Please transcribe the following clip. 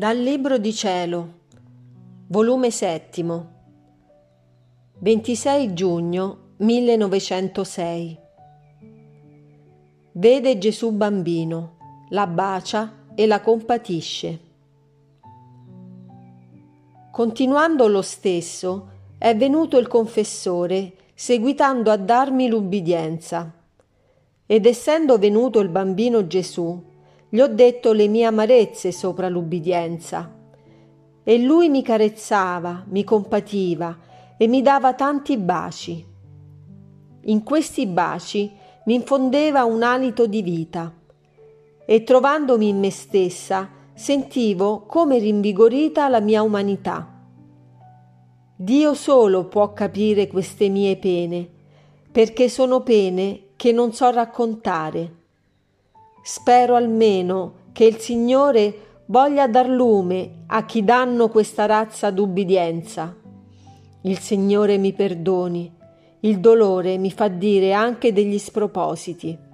Dal Libro di Cielo, volume 7, 26 giugno 1906. Vede Gesù bambino, la bacia e la compatisce. Continuando lo stesso, è venuto il confessore, seguitando a darmi l'ubbidienza. Ed essendo venuto il bambino Gesù, gli ho detto le mie amarezze sopra l'ubbidienza. E lui mi carezzava, mi compativa e mi dava tanti baci. In questi baci mi infondeva un alito di vita e trovandomi in me stessa sentivo come rinvigorita la mia umanità. Dio solo può capire queste mie pene, perché sono pene che non so raccontare. Spero almeno che il Signore voglia dar lume a chi danno questa razza d'ubbidienza. Il Signore mi perdoni, il dolore mi fa dire anche degli spropositi.